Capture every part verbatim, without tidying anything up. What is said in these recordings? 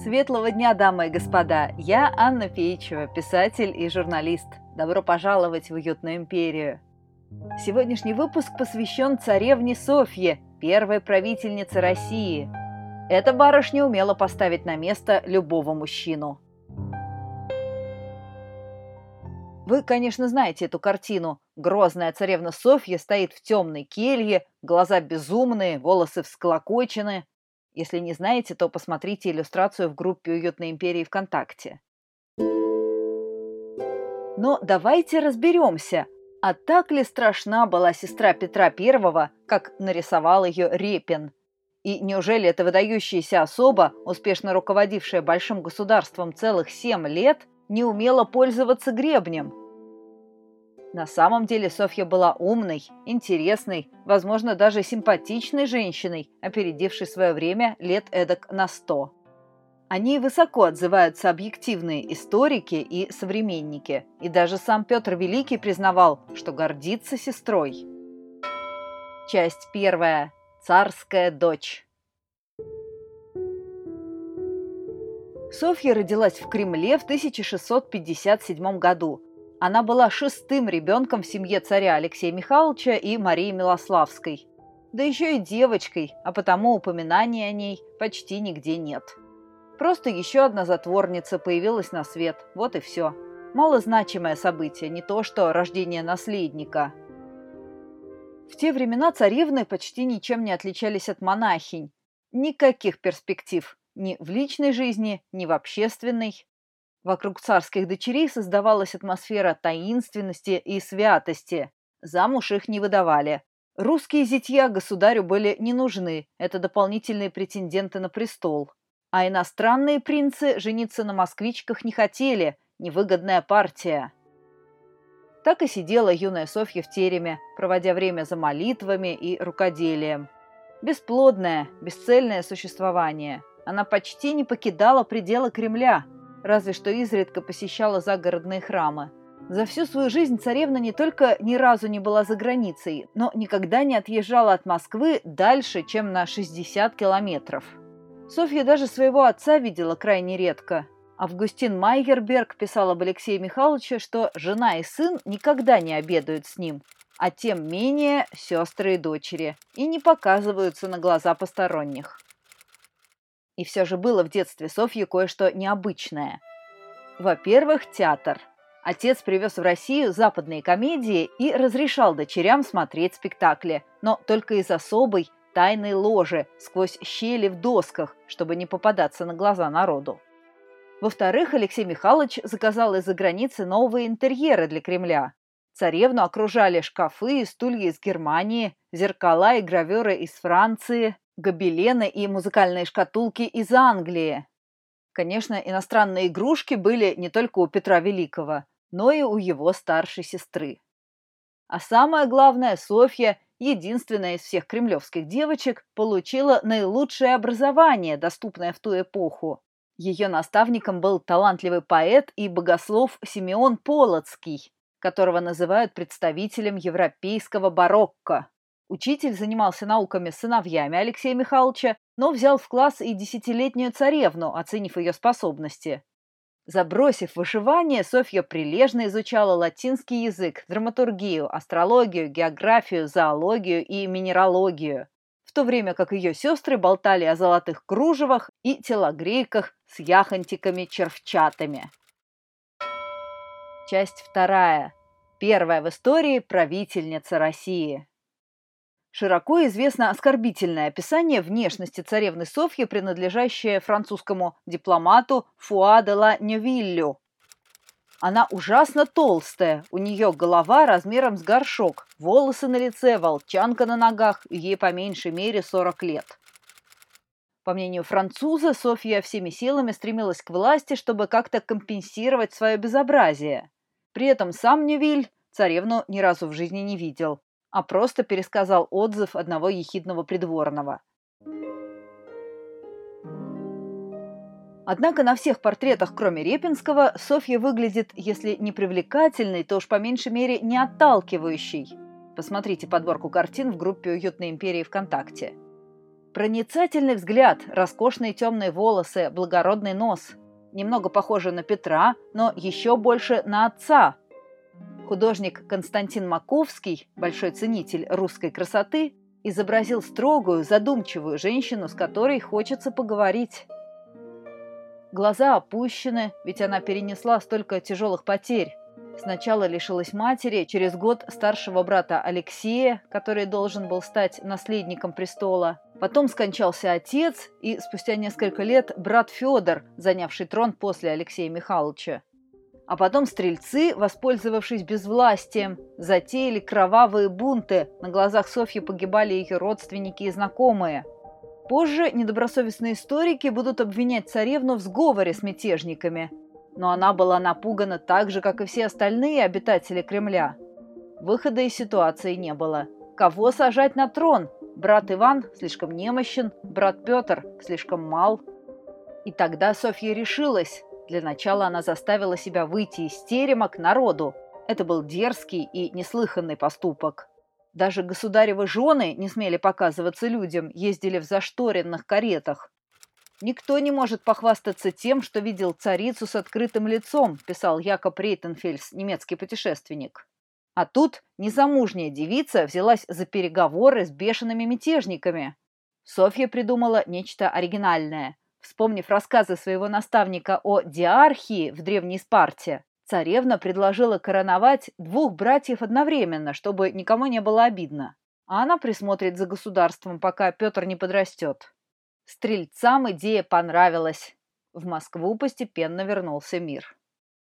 Светлого дня, дамы и господа! Я Анна Пеичева, писатель и журналист. Добро пожаловать в уютную империю. Сегодняшний выпуск посвящен царевне Софье, первой правительнице России. Эта барышня умела поставить на место любого мужчину. Вы, конечно, знаете эту картину. Грозная царевна Софья стоит в темной келье, глаза безумные, волосы всклокочены. Если не знаете, то посмотрите иллюстрацию в группе «Уютной империи» ВКонтакте. Но давайте разберемся, а так ли страшна была сестра Петра Первого, как нарисовал ее Репин? И неужели эта выдающаяся особа, успешно руководившая большим государством целых семь лет, не умела пользоваться гребнем? На самом деле Софья была умной, интересной, возможно, даже симпатичной женщиной, опередившей свое время лет эдак на сто. О ней высоко отзываются объективные историки и современники, и даже сам Петр Великий признавал, что гордится сестрой. Часть первая. Царская дочь. Софья родилась в Кремле в тысяча шестьсот пятьдесят седьмом году. Она была шестым ребенком в семье царя Алексея Михайловича и Марии Милославской. Да еще и девочкой, а потому упоминаний о ней почти нигде нет. Просто еще одна затворница появилась на свет, вот и все. Малозначимое событие, не то что рождение наследника. В те времена царевны почти ничем не отличались от монахинь. Никаких перспектив ни в личной жизни, ни в общественной. Вокруг царских дочерей создавалась атмосфера таинственности и святости. Замуж их не выдавали. Русские зятья государю были не нужны, это дополнительные претенденты на престол. А иностранные принцы жениться на москвичках не хотели, невыгодная партия. Так и сидела юная Софья в тереме, проводя время за молитвами и рукоделием. Бесплодное, бесцельное существование. Она почти не покидала пределы Кремля, разве что изредка посещала загородные храмы. За всю свою жизнь царевна не только ни разу не была за границей, но никогда не отъезжала от Москвы дальше, чем на шестьдесят километров. Софья даже своего отца видела крайне редко. Августин Майерберг писал об Алексее Михайловиче, что жена и сын никогда не обедают с ним, а тем менее сестры и дочери, и не показываются на глаза посторонних. И все же было в детстве Софьи кое-что необычное. Во-первых, театр. Отец привез в Россию западные комедии и разрешал дочерям смотреть спектакли, но только из особой тайной ложи, сквозь щели в досках, чтобы не попадаться на глаза народу. Во-вторых, Алексей Михайлович заказал из-за границы новые интерьеры для Кремля. Царевну окружали шкафы и стулья из Германии, зеркала и гравюры из Франции, гобелены и музыкальные шкатулки из Англии. Конечно, иностранные игрушки были не только у Петра Великого, но и у его старшей сестры. А самое главное, Софья, единственная из всех кремлевских девочек, получила наилучшее образование, доступное в ту эпоху. Ее наставником был талантливый поэт и богослов Симеон Полоцкий, которого называют представителем европейского барокко. Учитель занимался науками с сыновьями Алексея Михайловича, но взял в класс и десятилетнюю царевну, оценив ее способности. Забросив вышивание, Софья прилежно изучала латинский язык, драматургию, астрологию, географию, зоологию и минералогию, в то время как ее сестры болтали о золотых кружевах и телогрейках с яхонтиками-червчатами. Часть вторая. Первая в истории правительница России. Широко известно оскорбительное описание внешности царевны Софьи, принадлежащее французскому дипломату Фуа де ла Невиллю. Она ужасно толстая, у нее голова размером с горшок, волосы на лице, волчанка на ногах, ей по меньшей мере сорок лет. По мнению француза, Софья всеми силами стремилась к власти, чтобы как-то компенсировать свое безобразие. При этом сам Невиль царевну ни разу в жизни не видел, а просто пересказал отзыв одного ехидного придворного. Однако на всех портретах, кроме Репинского, Софья выглядит, если не привлекательной, то уж по меньшей мере не отталкивающей. Посмотрите подборку картин в группе «Уютной империи» ВКонтакте. Проницательный взгляд, роскошные темные волосы, благородный нос. Немного похоже на Петра, но еще больше на отца. Художник Константин Маковский, большой ценитель русской красоты, изобразил строгую, задумчивую женщину, с которой хочется поговорить. Глаза опущены, ведь она перенесла столько тяжелых потерь. Сначала лишилась матери, через год старшего брата Алексея, который должен был стать наследником престола. Потом скончался отец, и спустя несколько лет брат Федор, занявший трон после Алексея Михайловича. А потом стрельцы, воспользовавшись безвластием, затеяли кровавые бунты. На глазах Софьи погибали ее родственники и знакомые. Позже недобросовестные историки будут обвинять царевну в сговоре с мятежниками. Но она была напугана так же, как и все остальные обитатели Кремля. Выхода из ситуации не было. Кого сажать на трон? Брат Иван слишком немощен, брат Петр слишком мал. И тогда Софья решилась. Для начала она заставила себя выйти из терема к народу. Это был дерзкий и неслыханный поступок. Даже государевы жены не смели показываться людям, ездили в зашторенных каретах. «Никто не может похвастаться тем, что видел царицу с открытым лицом», писал Якоб Рейтенфельс, немецкий путешественник. А тут незамужняя девица взялась за переговоры с бешеными мятежниками. Софья придумала нечто оригинальное. Вспомнив рассказы своего наставника о диархии в Древней Спарте, царевна предложила короновать двух братьев одновременно, чтобы никому не было обидно. А она присмотрит за государством, пока Петр не подрастет. Стрельцам идея понравилась. В Москву постепенно вернулся мир.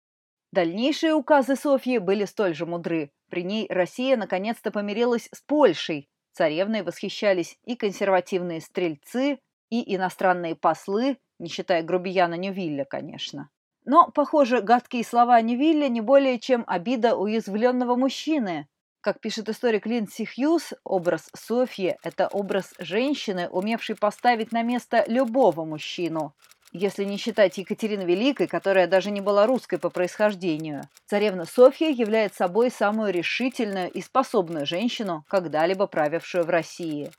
Дальнейшие указы Софьи были столь же мудры. При ней Россия наконец-то помирилась с Польшей. Царевной восхищались и консервативные стрельцы, и иностранные послы, не считая грубияна Нювилля, конечно. Но, похоже, гадкие слова Нювилля не более чем обида уязвленного мужчины. Как пишет историк Линдси Хьюз, образ Софьи – это образ женщины, умевшей поставить на место любого мужчину. Если не считать Екатерины Великой, которая даже не была русской по происхождению, царевна Софья является собой самую решительную и способную женщину, когда-либо правившую в России.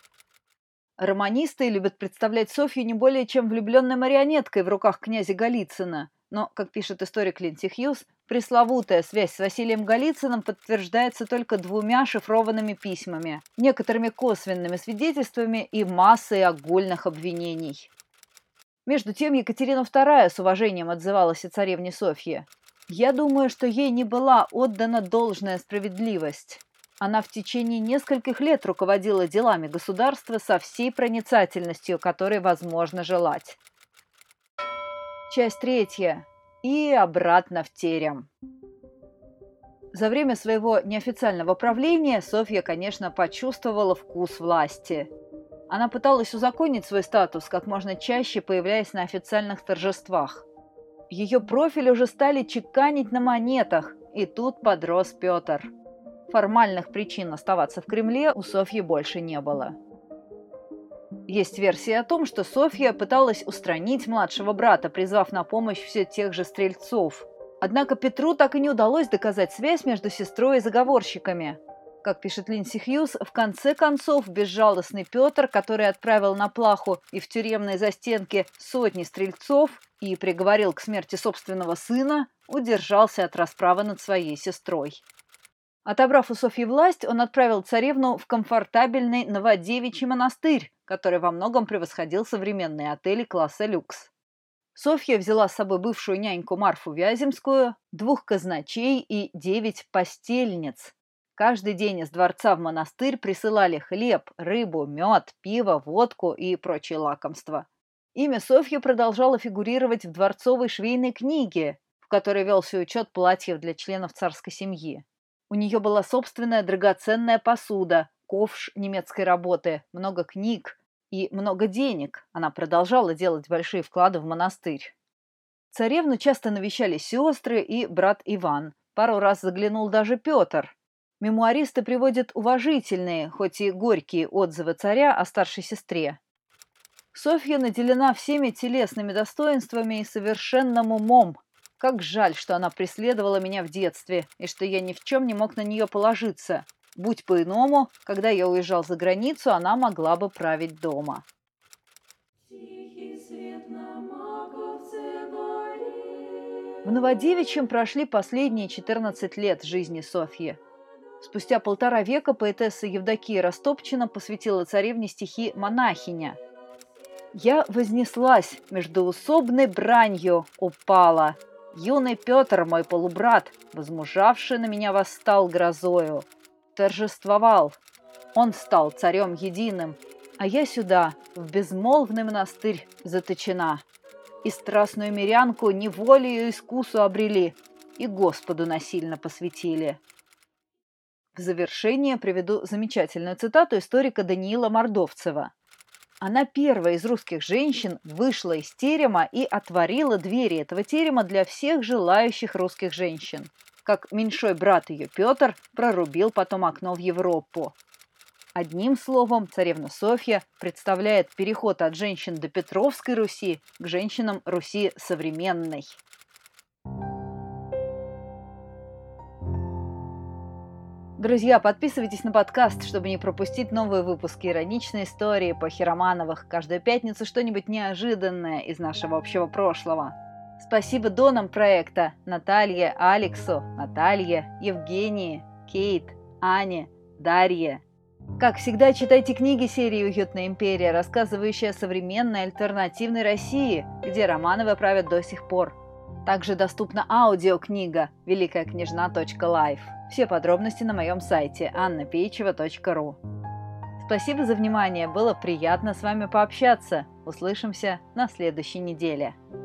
Романисты любят представлять Софью не более чем влюбленной марионеткой в руках князя Голицына. Но, как пишет историк Линдси Хьюз, пресловутая связь с Василием Голицыным подтверждается только двумя шифрованными письмами, некоторыми косвенными свидетельствами и массой огульных обвинений. Между тем Екатерина вторая с уважением отзывалась о царевне Софье. «Я думаю, что ей не была отдана должная справедливость. Она в течение нескольких лет руководила делами государства со всей проницательностью, которой возможно желать». Часть третья. И обратно в терем. За время своего неофициального правления Софья, конечно, почувствовала вкус власти. Она пыталась узаконить свой статус, как можно чаще появляясь на официальных торжествах. Ее профиль уже стали чеканить на монетах, и тут подрос Петр. Формальных причин оставаться в Кремле у Софьи больше не было. Есть версия о том, что Софья пыталась устранить младшего брата, призвав на помощь все тех же стрельцов. Однако Петру так и не удалось доказать связь между сестрой и заговорщиками. Как пишет Линдси Хьюз, в конце концов безжалостный Петр, который отправил на плаху и в тюремные застенки сотни стрельцов и приговорил к смерти собственного сына, удержался от расправы над своей сестрой. Отобрав у Софьи власть, он отправил царевну в комфортабельный Новодевичий монастырь, который во многом превосходил современные отели класса люкс. Софья взяла с собой бывшую няньку Марфу Вяземскую, двух казначей и девять постельниц. Каждый день из дворца в монастырь присылали хлеб, рыбу, мед, пиво, водку и прочие лакомства. Имя Софьи продолжало фигурировать в дворцовой швейной книге, в которой велся учет платьев для членов царской семьи. У нее была собственная драгоценная посуда, ковш немецкой работы, много книг и много денег. Она продолжала делать большие вклады в монастырь. Царевну часто навещали сестры и брат Иван. Пару раз заглянул даже Петр. Мемуаристы приводят уважительные, хоть и горькие отзывы царя о старшей сестре. Софья наделена всеми телесными достоинствами и совершенным умом. Как жаль, что она преследовала меня в детстве, и что я ни в чем не мог на нее положиться. Будь по-иному, когда я уезжал за границу, она могла бы править дома. В Новодевичьем прошли последние четырнадцать лет жизни Софьи. Спустя полтора века поэтесса Евдокия Растопчина посвятила царевне стихи «Монахиня». «Я вознеслась, междоусобной бранью упала. Юный Петр, мой полубрат, возмужавший на меня восстал грозою. Торжествовал. Он стал царем единым, а я сюда, в безмолвный монастырь, заточена. И страстную мирянку неволею искусу обрели, и Господу насильно посвятили». В завершение приведу замечательную цитату историка Даниила Мордовцева. Она первая из русских женщин вышла из терема и отворила двери этого терема для всех желающих русских женщин, как меньшой брат ее Петр прорубил потом окно в Европу. Одним словом, царевна Софья представляет переход от женщин до Петровской Руси к женщинам Руси современной. Друзья, подписывайтесь на подкаст, чтобы не пропустить новые выпуски ироничной истории по Хиромановых. Каждую пятницу что-нибудь неожиданное из нашего общего прошлого. Спасибо донам проекта: Наталье, Алексу, Наталье, Евгении, Кейт, Ане, Дарье. Как всегда, читайте книги серии «Уютная империя», рассказывающие о современной альтернативной России, где Романовы правят до сих пор. Также доступна аудиокнига великая княжна точка лайф. Все подробности на моем сайте анна пейчева точка ру. Спасибо за внимание, было приятно с вами пообщаться. Услышимся на следующей неделе.